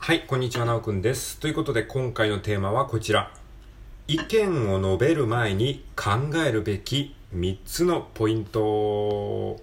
はい、こんにちは、なおくんです。ということで、今回のテーマはこちら。意見を述べる前に考えるべき3つのポイント。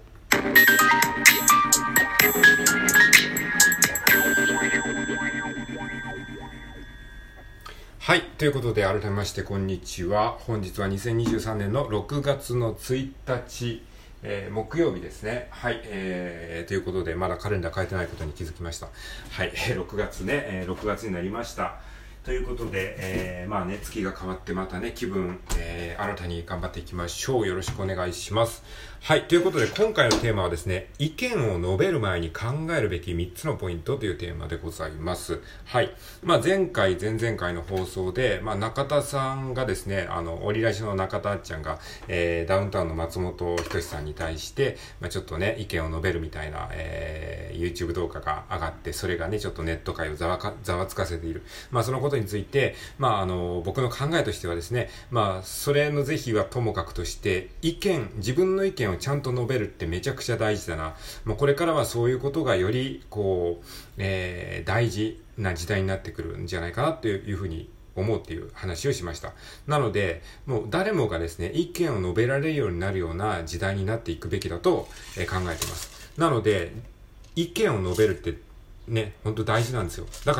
はい、ということで、改めまして、こんにちは。本日は2023年の6月の1日、木曜日ですね。はい、ということで、まだカレンダー変えてないことに気づきました。はい、6月ね、6月になりました。ということで、まあね、月が変わってまたね、気分、新たに頑張っていきましょう。よろしくお願いします。はい、ということで、今回のテーマはですね、意見を述べる前に考えるべき3つのポイントというテーマでございます。はい。まあ、前回、前々回の放送で、まあ、中田さんがですね、オリラジの中田あっちゃんが、ダウンタウンの松本人志さんに対して、まあ、ちょっとね、意見を述べるみたいな、YouTube 動画が上がって、それがね、ちょっとネット界をざわつかせている。まあ、そのことについて、まあ、僕の考えとしてはですね、まあ、それの是非はともかくとして、自分の意見をちゃんと述べるってめちゃくちゃ大事だな。もうこれからはそういうことがより、大事な時代になってくるんじゃないかなというふうに思うっていう話をしました。なので、もう誰もがですね、意見を述べられるようになるような時代になっていくべきだと、考えています。なので、意見を述べるってね、本当大事なんですよ。だから、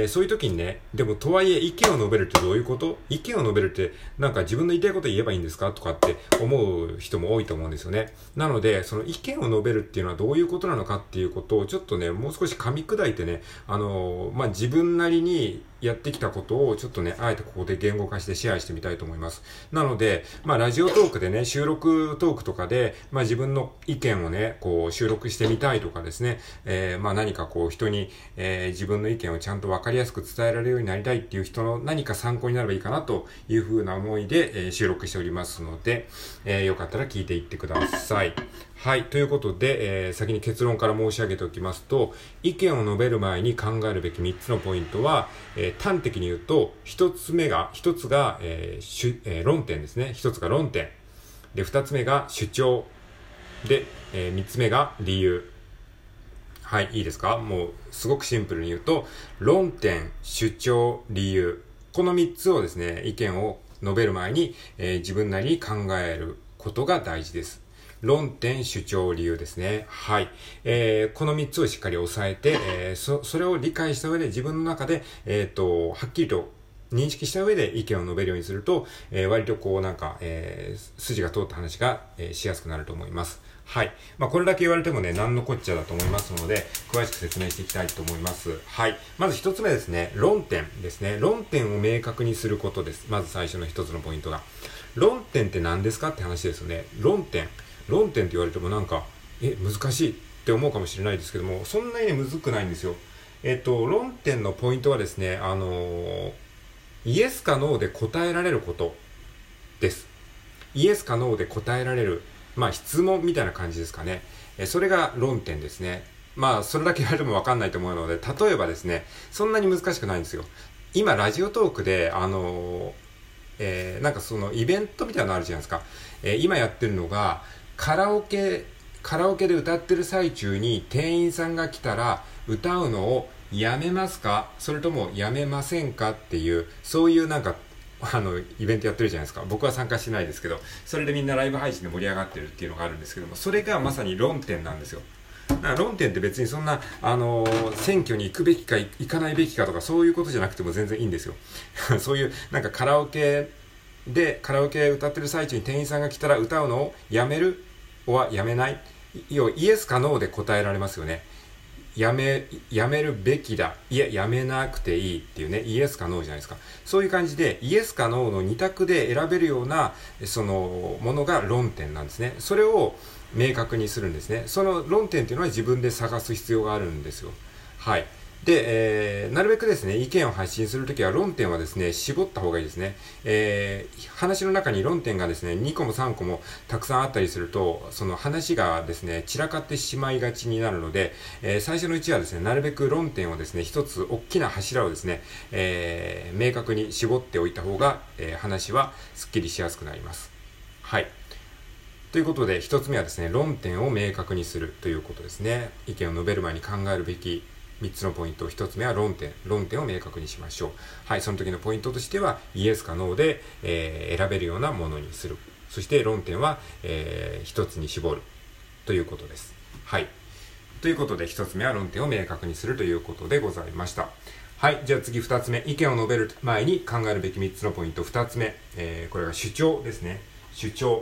そういう時にね、でもとはいえ意見を述べるってどういうこと？意見を述べるってなんか自分の言いたいこと言えばいいんですかとかって思う人も多いと思うんですよね。なので、その意見を述べるっていうのはどういうことなのかっていうことをちょっとね、もう少し噛み砕いてね、自分なりにやってきたことをちょっとね、あえてここで言語化してシェアしてみたいと思います。なので、ラジオトークでね、収録トークとかで、自分の意見をね、収録してみたいとかですね、何か人に、自分の意見をちゃんとわかりやすく伝えられるようになりたいっていう人の何か参考になればいいかなというふうな思いで、収録しておりますので、よかったら聞いていってください。はい。ということで、先に結論から申し上げておきますと、意見を述べる前に考えるべき3つのポイントは、端的に言うと、1つが、論点ですね。1つが論点。で、2つ目が主張。で、3つ目が理由。はい、いいですか？もう、すごくシンプルに言うと、論点、主張、理由。この3つをですね、意見を述べる前に、自分なりに考えることが大事です。論点、主張、理由ですね。はい。この3つをしっかり押さえて、それを理解した上で自分の中で、はっきりと認識した上で意見を述べるようにすると、割と筋が通った話が、しやすくなると思います。はい。これだけ言われてもね、何のこっちゃだと思いますので、詳しく説明していきたいと思います。はい。まず一つ目ですね、論点ですね。論点を明確にすることです。まず最初の一つのポイントが。論点って何ですかって話ですよね。論点って言われてもなんか、難しいって思うかもしれないですけども、そんなにね、むずくないんですよ。論点のポイントはですね、イエスかノーで答えられることです。イエスかノーで答えられる、質問みたいな感じですかね。それが論点ですね。それだけ言われてもわかんないと思うので、例えばですね、そんなに難しくないんですよ。今、ラジオトークで、なんかそのイベントみたいなのあるじゃないですか。今やってるのが、カラオケで歌ってる最中に店員さんが来たら歌うのをやめますか？それともやめませんか？っていう、そういうなんか、イベントやってるじゃないですか。僕は参加してないですけど、それでみんなライブ配信で盛り上がってるっていうのがあるんですけども、それがまさに論点なんですよ。だから論点って別にそんな、選挙に行くべきか行かないべきかとかそういうことじゃなくても全然いいんですよ。そういう、なんかカラオケ歌ってる最中に店員さんが来たら歌うのをやめるはやめない。要はイエスかノーで答えられますよね。やめるべきだ。いや、やめなくていいっていうね、イエスかノーじゃないですか。そういう感じで、イエスかノーの二択で選べるような、そのものが論点なんですね。それを明確にするんですね。その論点っていうのは自分で探す必要があるんですよ。はい。で、なるべくですね、意見を発信するときは論点はですね、絞った方がいいですね。話の中に論点がですね、2個も3個もたくさんあったりすると、その話がですね、散らかってしまいがちになるので、最初のうちはですね、なるべく論点をですね、一つ大きな柱をですね、明確に絞っておいた方が、話はスッキリしやすくなります。はい。ということで、一つ目はですね、論点を明確にするということですね。意見を述べる前に考えるべき 3つのポイント。1つ目は論点を明確にしましょう。はい、その時のポイントとしては、イエスかノーで、選べるようなものにする。そして論点は、1つに絞るということです。はい。ということで、1つ目は論点を明確にするということでございました。はい。じゃあ次2つ目。意見を述べる前に考えるべき3つのポイント。2つ目。これは主張ですね。主張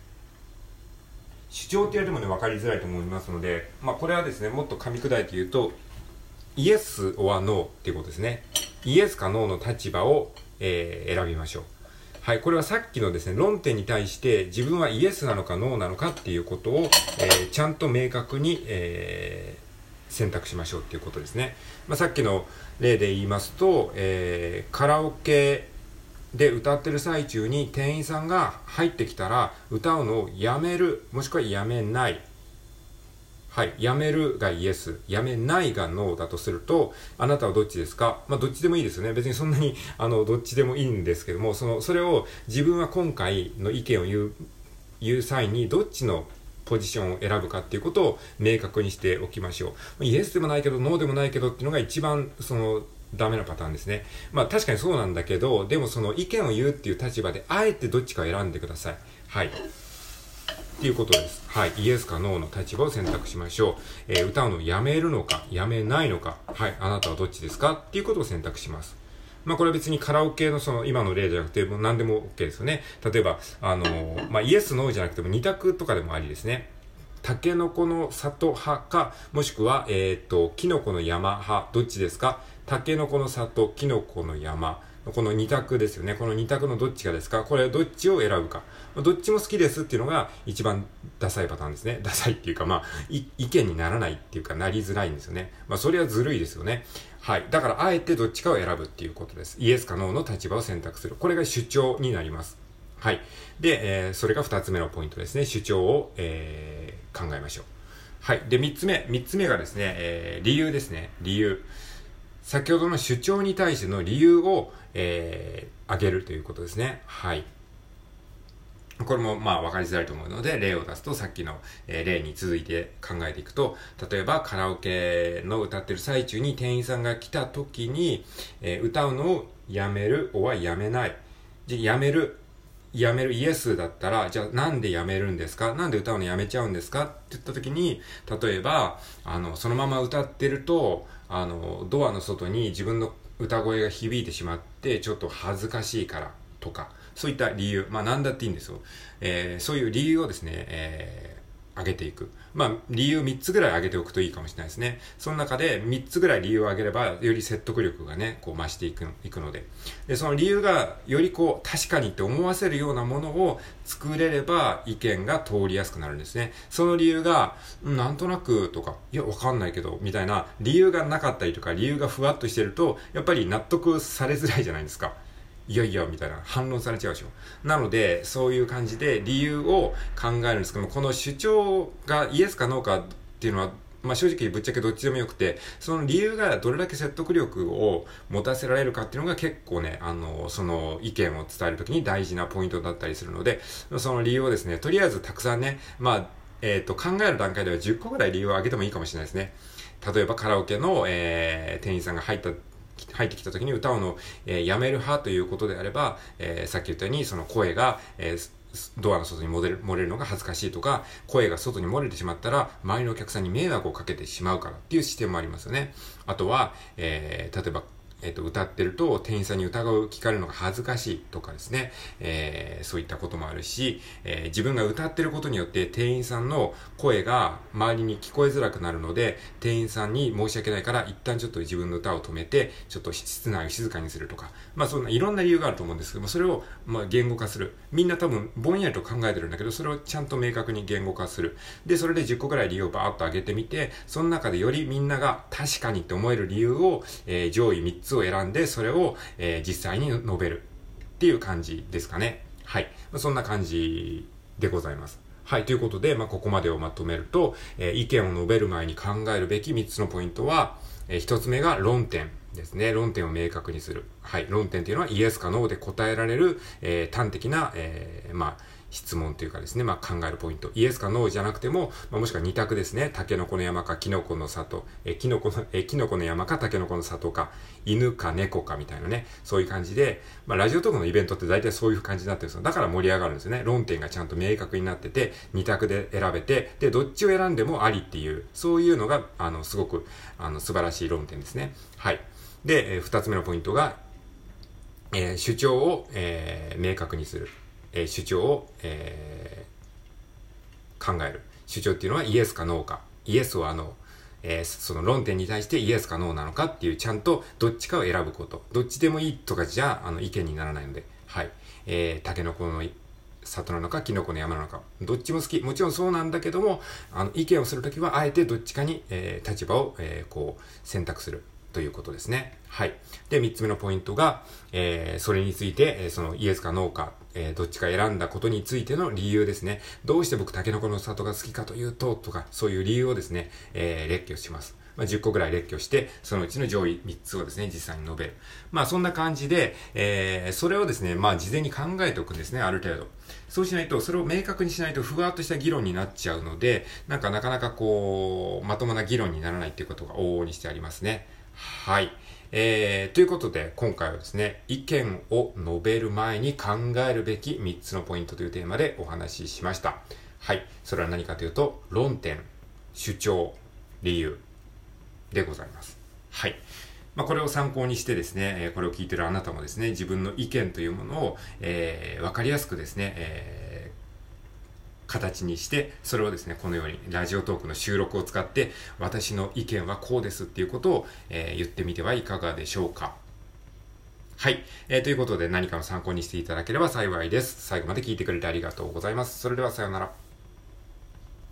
って言われてもね、分かりづらいと思いますので、これはですね、もっと噛み砕いて言うと、イエス or ノーっていうことですね。イエスかノーの立場を、選びましょう。はい。これはさっきのですね、論点に対して自分はイエスなのかノーなのかっていうことを、ちゃんと明確に、選択しましょうっていうことですね。さっきの例で言いますと、カラオケで歌ってる最中に店員さんが入ってきたら歌うのをやめる、もしくはやめない。はい。やめるがイエス、やめないがノーだとすると、あなたはどっちですか？どっちでもいいですよね。別にそんなに、どっちでもいいんですけども、それを自分は今回の意見を言う際にどっちのポジションを選ぶかっていうことを明確にしておきましょう。イエスでもないけど、ノーでもないけどっていうのが一番、ダメなパターンですね。確かにそうなんだけど、でもその意見を言うっていう立場で、あえてどっちかを選んでください。はい。っていうことです。はい。イエスかノーの立場を選択しましょう。歌うのをやめるのか、やめないのか。はい。あなたはどっちですかっていうことを選択します。これは別にカラオケの今の例じゃなくて、もう何でも OK ですよね。例えば、イエス、ノーじゃなくても二択とかでもありですね。タケノコの里派か、もしくは、キノコの山派、どっちですか？タケノコの里、キノコの山。この二択ですよね。この二択のどっちがですか？これどっちを選ぶか。どっちも好きですっていうのが一番ダサいパターンですね。ダサいっていうか、意見にならないっていうか、なりづらいんですよね。それはずるいですよね。はい。だから、あえてどっちかを選ぶっていうことです。イエスかノーの立場を選択する。これが主張になります。はい。で、それが2つ目のポイントですね。主張を、考えましょう。はい。で、3つ目がですね、理由ですね。理由。先ほどの主張に対しての理由を、挙げるということですね。はい。これも分かりづらいと思うので、例を出すとさっきの、例に続いて考えていくと、例えばカラオケの歌ってる最中に店員さんが来た時に、歌うのをやめる、はやめない。やめるイエスだったら、じゃあなんでやめるんですか？なんで歌うのやめちゃうんですか？って言った時に、例えば、そのまま歌ってると、ドアの外に自分の歌声が響いてしまって、ちょっと恥ずかしいからとか、そういった理由、何だっていいんですよ。そういう理由をですね、挙げていく。理由3つぐらい挙げておくといいかもしれないですね。その中で3つぐらい理由を挙げれば、より説得力がね、増していくので。で、その理由がより確かにって思わせるようなものを作れれば、意見が通りやすくなるんですね。その理由が、なんとなくとか、いや、わかんないけど、みたいな理由がなかったりとか、理由がふわっとしてると、やっぱり納得されづらいじゃないですか。いやいや、みたいな反論されちゃうでしょ。なので、そういう感じで理由を考えるんですけども、この主張がイエスかノーかっていうのは、正直ぶっちゃけどっちでもよくて、その理由がどれだけ説得力を持たせられるかっていうのが結構ね、その意見を伝えるときに大事なポイントだったりするので、その理由をですね、とりあえずたくさんね、考える段階では10個ぐらい理由を挙げてもいいかもしれないですね。例えばカラオケの、店員さんが入ってきた時に歌うのを、やめる派ということであれば、さっき言ったようにその声が、ドアの外に漏れるのが恥ずかしいとか、声が外に漏れてしまったら周りのお客さんに迷惑をかけてしまうからっていう視点もありますよね。あとは、例えば歌ってると店員さんに歌声を聞かれるのが恥ずかしいとかですね、そういったこともあるし、自分が歌ってることによって店員さんの声が周りに聞こえづらくなるので、店員さんに申し訳ないから一旦ちょっと自分の歌を止めてちょっと室内を静かにするとか、そんないろんな理由があると思うんですけども、それを言語化する。みんな多分ぼんやりと考えてるんだけど、それをちゃんと明確に言語化する。で、それで10個ぐらい理由をバーッと上げてみて、その中でよりみんなが確かにって思える理由を、上位3つを選んで、それを、実際に述べるっていう感じですかね。はい。そんな感じでございます。はい。ということで、ここまでをまとめると、意見を述べる前に考えるべき3つのポイントは、1つ目が論点ですね。論点を明確にする。はい。論点というのはイエスかノーで答えられる、端的な、 質問というかですね、考えるポイント。イエスかノーじゃなくても、もしくは二択ですね。タケノコの山かキノコの里、キノコの山かタケノコの里か、犬か猫かみたいなね、そういう感じで、ラジオトークのイベントって大体そういう感じになってるんですよ。だから盛り上がるんですよね。論点がちゃんと明確になってて、二択で選べて、で、どっちを選んでもありっていう、そういうのが、すごく、素晴らしい論点ですね。はい。で、二つ目のポイントが、主張を、明確にする。主張を、考える。主張っていうのはイエスかノーか。イエスはノー。その論点に対してイエスかノーなのかっていうちゃんとどっちかを選ぶこと。どっちでもいいとかじゃ意見にならないので。はい。タケノコの里なのかキノコの山なのか。どっちも好き。もちろんそうなんだけども、意見をするときはあえてどっちかに、立場を、選択する。ということですね。はい。で、三つ目のポイントが、それについて、そのイエスかノーか、どっちか選んだことについての理由ですね。どうして僕タケノコの里が好きかというと、とか、そういう理由をですね、列挙します。10個ぐらい列挙して、そのうちの上位3つをですね、実際に述べる。そんな感じで、それをですね、事前に考えておくんですね、ある程度。そうしないと、それを明確にしないと、ふわっとした議論になっちゃうので、なかなかまともな議論にならないっていうことが往々にしてありますね。はい。ということで、今回はですね、意見を述べる前に考えるべき3つのポイントというテーマでお話ししました。はい。それは何かというと、論点、主張、理由でございます。はい。これを参考にしてですね、これを聞いているあなたもですね、自分の意見というものを、わかりやすくですね、形にして、それをですね、このようにラジオトークの収録を使って、私の意見はこうですっていうことを、言ってみてはいかがでしょうか。はい。ということで何かの参考にしていただければ幸いです。最後まで聞いてくれてありがとうございます。それではさようなら。